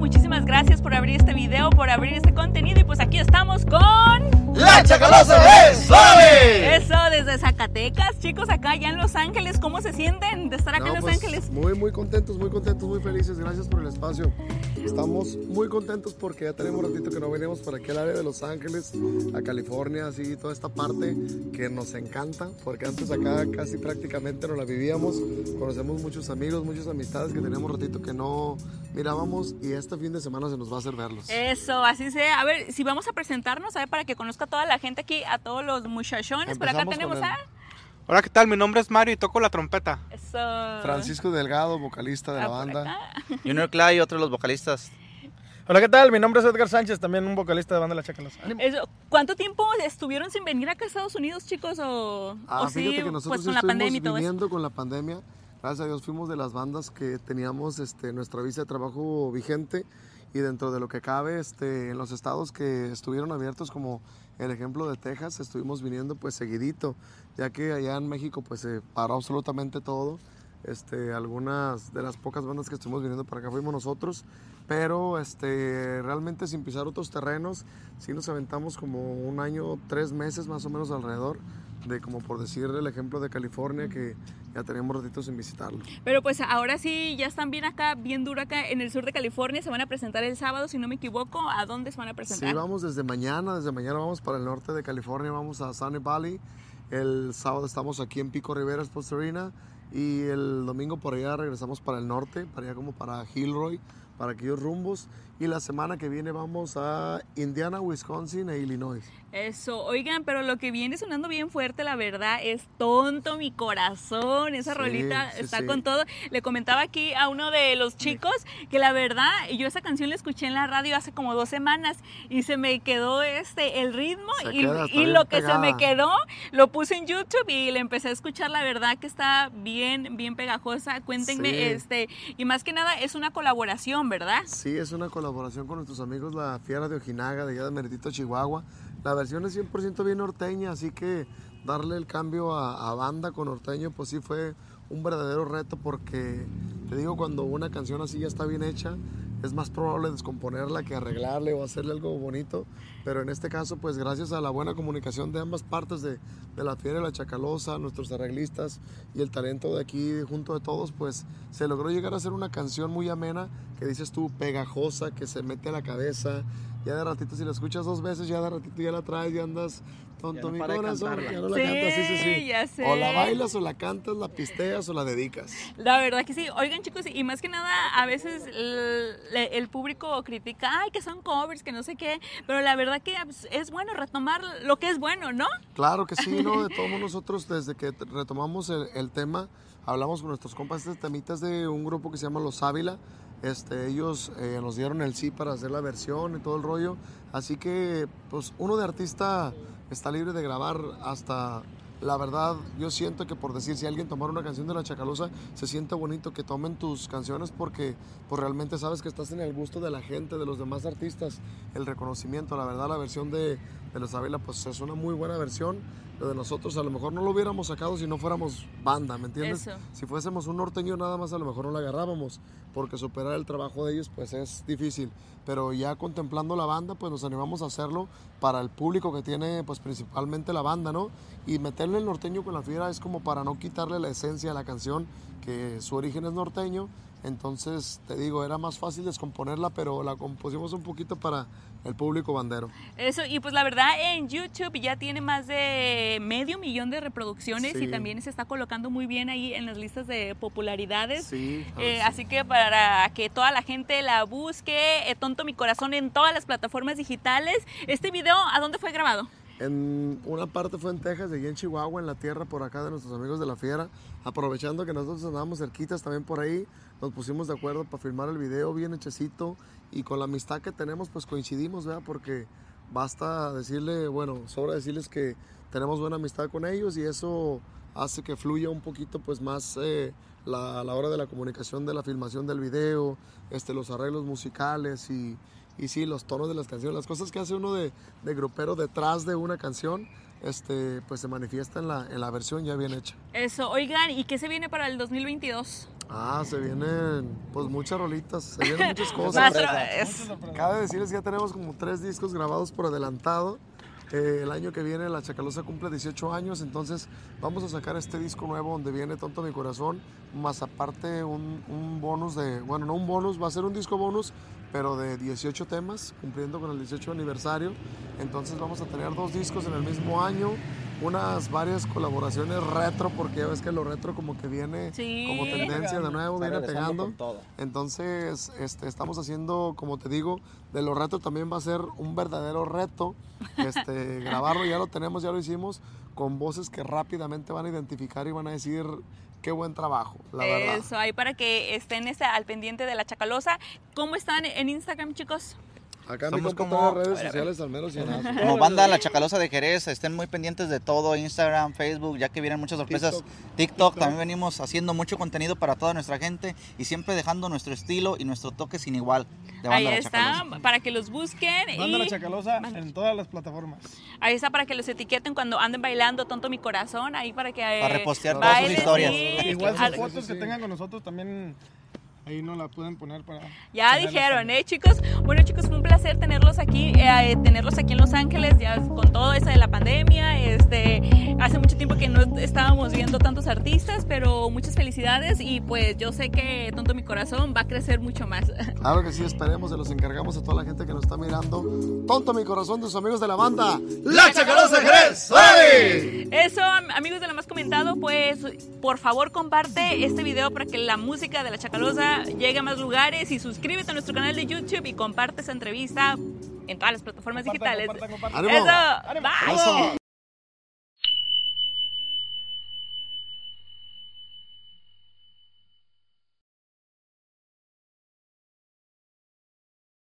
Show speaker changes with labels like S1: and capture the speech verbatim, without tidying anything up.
S1: muchísimas gracias por abrir este video, por abrir este contenido. Y pues aquí estamos con...
S2: ¡La Chacalosa es suave!
S1: Eso, desde Zacatecas, chicos, acá ya en Los Ángeles. ¿Cómo se sienten de estar acá
S2: No,
S1: en Los
S2: pues,
S1: Ángeles?
S2: Muy, muy contentos, muy contentos, muy felices. Gracias por el espacio. Estamos muy contentos porque ya tenemos un ratito que no venimos para aquí al área de Los Ángeles, a California, así, toda esta parte que nos encanta, porque antes acá casi prácticamente no la vivíamos. Conocemos muchos amigos, muchas amistades que teníamos un ratito que no mirábamos y este fin de semana se nos va a hacer verlos.
S1: Eso, así sea. A ver, si vamos a presentarnos, a ver, para que conozca toda la gente aquí, a todos los muchachones. Por acá
S2: Empezamos
S1: tenemos
S2: con el-
S1: a...
S3: Hola, ¿qué tal? Mi nombre es Mario y toco la trompeta.
S1: Eso.
S2: Francisco Delgado, vocalista de
S1: Ah,
S2: la
S1: por
S2: banda.
S1: acá.
S4: Junior Clay y otro de los vocalistas.
S5: Hola, ¿qué tal? Mi nombre es Edgar Sánchez, también un vocalista de banda La Chacalosa. ¡Ánimo!
S1: Eso, ¿cuánto tiempo estuvieron sin venir acá a Estados Unidos, chicos? O,
S2: Ah,
S1: o
S2: fíjate
S1: sí,
S2: que nosotros
S1: pues
S2: sí
S1: con la
S2: estuvimos
S1: pandemia y todo eso.
S2: viniendo con la pandemia. Gracias a Dios fuimos de las bandas que teníamos este, nuestra visa de trabajo vigente y dentro de lo que cabe este, en los estados que estuvieron abiertos, como el ejemplo de Texas, estuvimos viniendo pues seguidito, ya que allá en México pues se paró absolutamente todo. Este, algunas de las pocas bandas que estuvimos viniendo para acá fuimos nosotros, pero este, realmente sin pisar otros terrenos, sí nos aventamos como un año, tres meses más o menos alrededor, de como por decir el ejemplo de California, que ya teníamos ratitos sin visitarlo.
S1: Pero pues ahora sí, ya están bien acá, bien duro acá en el sur de California. Se van a presentar el sábado, si no me equivoco. ¿A dónde se van a presentar?
S2: Sí, vamos desde mañana, desde mañana vamos para el norte de California, vamos a Sunny Valley, el sábado estamos aquí en Pico Rivera, Posterina, y el domingo por allá regresamos para el norte, para allá como para Gilroy, para aquellos rumbos, y la semana que viene vamos a Indiana, Wisconsin e Illinois.
S1: Eso, oigan, pero lo que viene sonando bien fuerte, la verdad, es Tonto mi corazón. Esa
S2: Sí,
S1: rolita
S2: sí,
S1: está
S2: sí.
S1: con todo. Le comentaba aquí a uno de los chicos que la verdad, yo esa canción la escuché en la radio hace como dos semanas y se me quedó este el ritmo
S2: Se
S1: y,
S2: queda, está
S1: y
S2: bien
S1: lo que
S2: pegada.
S1: se me quedó lo puse en YouTube y le empecé a escuchar. La verdad que está bien, bien pegajosa. Cuéntenme,
S2: Sí.
S1: este, y más que nada es una colaboración, ¿verdad?
S2: Sí, es una colaboración con nuestros amigos La Fiera de Ojinaga, de allá de Meritito, Chihuahua. La versión es cien por ciento bien norteña, así que darle el cambio a, a banda con norteño, pues sí fue un verdadero reto, porque te digo, cuando una canción así ya está bien hecha, es más probable descomponerla que arreglarle o hacerle algo bonito. Pero en este caso, pues gracias a la buena comunicación de ambas partes, de, de La Fiera y La Chacalosa, nuestros arreglistas y el talento de aquí junto de todos, pues se logró llegar a hacer una canción muy amena, que dices tú, pegajosa, que se mete a la cabeza. Ya de ratito, si la escuchas dos veces, ya de ratito ya la traes, ya andas tonto
S4: Ya no
S2: mi
S4: para de
S2: corazón,
S4: cantarla.
S2: ya no la
S1: Sí,
S2: cantas, sí, sí, sí.
S1: ya sé.
S2: O la bailas, o la cantas, la pisteas, o la dedicas.
S1: La verdad que sí. Oigan, chicos, y más que nada, a veces el, el público critica, ay, que son covers, que no sé qué, pero la verdad que pues, es bueno retomar lo que es bueno, ¿no?
S2: Claro que sí, ¿no? De todos modos, nosotros desde que t- retomamos el, el tema, hablamos con nuestros compas, este temitas de un grupo que se llama Los Ávila. Este, ellos eh, nos dieron el sí para hacer la versión y todo el rollo. Así que, pues, uno de artista está libre de grabar hasta... La verdad, yo siento que por decir, si alguien tomara una canción de La Chacalosa, se siente bonito que tomen tus canciones porque pues, realmente sabes que estás en el gusto de la gente, de los demás artistas, el reconocimiento. La verdad, la versión de, de Los Ávila, pues es una muy buena versión. Lo de nosotros a lo mejor no lo hubiéramos sacado si no fuéramos banda, ¿me entiendes?
S1: Eso.
S2: Si fuésemos un norteño nada más, a lo mejor no la agarrábamos, porque superar el trabajo de ellos pues es difícil. Pero ya contemplando la banda, pues nos animamos a hacerlo para el público que tiene pues principalmente la banda, ¿no? Y meterle el norteño con La Fiera es como para no quitarle la esencia a la canción, que su origen es norteño. Entonces, te digo, era más fácil descomponerla, pero la compusimos un poquito para el público bandero.
S1: Eso, y pues la verdad en YouTube ya tiene más de medio millón de reproducciones
S2: Sí.
S1: y también se está colocando muy bien ahí en las listas de popularidades.
S2: Sí,
S1: Eh,
S2: sí.
S1: Así que para que toda la gente la busque, eh, Tonto mi corazón en todas las plataformas digitales. Este video, ¿a dónde fue grabado?
S2: En una parte fue en Texas, y allí en Chihuahua, en la tierra por acá de nuestros amigos de La Fiera. Aprovechando que nosotros andábamos cerquitas también por ahí, nos pusimos de acuerdo para filmar el video bien hechecito, y con la amistad que tenemos pues coincidimos, ¿verdad? Porque basta decirle, bueno, sobra decirles que tenemos buena amistad con ellos y eso hace que fluya un poquito pues más eh, la, a la hora de la comunicación de la filmación del video, este, los arreglos musicales y, y sí, los tonos de las canciones, las cosas que hace uno de, de grupero detrás de una canción, este, pues se manifiesta en la, en la versión ya bien hecha.
S1: Eso, oigan, ¿y qué se viene para el dos mil veintidós?
S2: Ah, se vienen pues muchas rolitas, se vienen muchas
S1: Más
S2: cosas.
S1: tra- es-
S2: Cabe decirles que ya tenemos como tres discos grabados por adelantado. Eh, el año que viene la Chacalosa cumple dieciocho años, entonces vamos a sacar este disco nuevo donde viene Tonto Mi Corazón, más aparte un, un bonus de, bueno, no un bonus, va a ser un disco bonus, pero de dieciocho temas, cumpliendo con el dieciocho aniversario. Entonces vamos a tener dos discos en el mismo año, unas varias colaboraciones retro, porque ya ves que lo retro como que viene
S1: Sí.
S2: como tendencia de nuevo,
S4: Está
S2: viene
S4: regresando
S2: pegando.
S4: con todo.
S2: Entonces, este, estamos haciendo, como te digo, de lo reto también va a ser un verdadero reto. Este, grabarlo, ya lo tenemos, ya lo hicimos, con voces que rápidamente van a identificar y van a decir qué buen trabajo, la verdad.
S1: Eso, ahí para que estén ese- al pendiente de la Chacalosa. ¿Cómo están en Instagram, chicos?
S2: Acá me
S4: Somos
S2: compa
S4: como-
S2: todas las redes sociales al menos llenazo.
S4: Como banda La Chacalosa de Jerez, estén muy pendientes de todo, Instagram, Facebook, ya que vienen muchas sorpresas.
S2: TikTok.
S4: TikTok, también venimos haciendo mucho contenido para toda nuestra gente y siempre dejando nuestro estilo y nuestro toque sin igual de banda
S1: Ahí
S4: La
S1: está,
S4: Chacalosa.
S1: para que los busquen.
S5: Banda
S1: y
S5: La Chacalosa
S1: Banda-
S5: en todas las plataformas.
S1: Ahí está para que los etiqueten cuando anden bailando Tonto Mi Corazón, ahí para que eh,
S4: Para repostear todas sus
S1: bailen,
S4: historias.
S1: sí,
S5: Igual
S1: que-
S5: sus
S1: al-
S5: fotos
S2: sí, sí.
S5: que tengan con nosotros también ahí nos la pueden poner para...
S1: Ya
S5: tenerlas
S1: dijeron,
S5: también.
S1: ¿eh, chicos? Bueno, chicos, fue un placer tenerlos aquí, eh, tenerlos aquí en Los Ángeles, ya con todo eso de la pandemia. Este, hace mucho tiempo que no estábamos viendo tantos artistas, pero muchas felicidades y pues yo sé que Tonto Mi Corazón va a crecer mucho más.
S2: Claro que sí, esperemos, se los encargamos a toda la gente que nos está mirando. Tonto Mi Corazón de sus amigos de la banda La Chacalosa de Jerez. ¡Órale!
S1: Eso, am- amigos de lo más comentado, pues por favor comparte este video para que la música de la Chacalosa llegue a más lugares y suscríbete a nuestro canal de YouTube y comparte esa entrevista en todas las plataformas
S5: Compartan,
S1: digitales.
S5: compartan, compartan.
S2: ¡Ánimo!
S1: Eso, bye.
S2: Eso.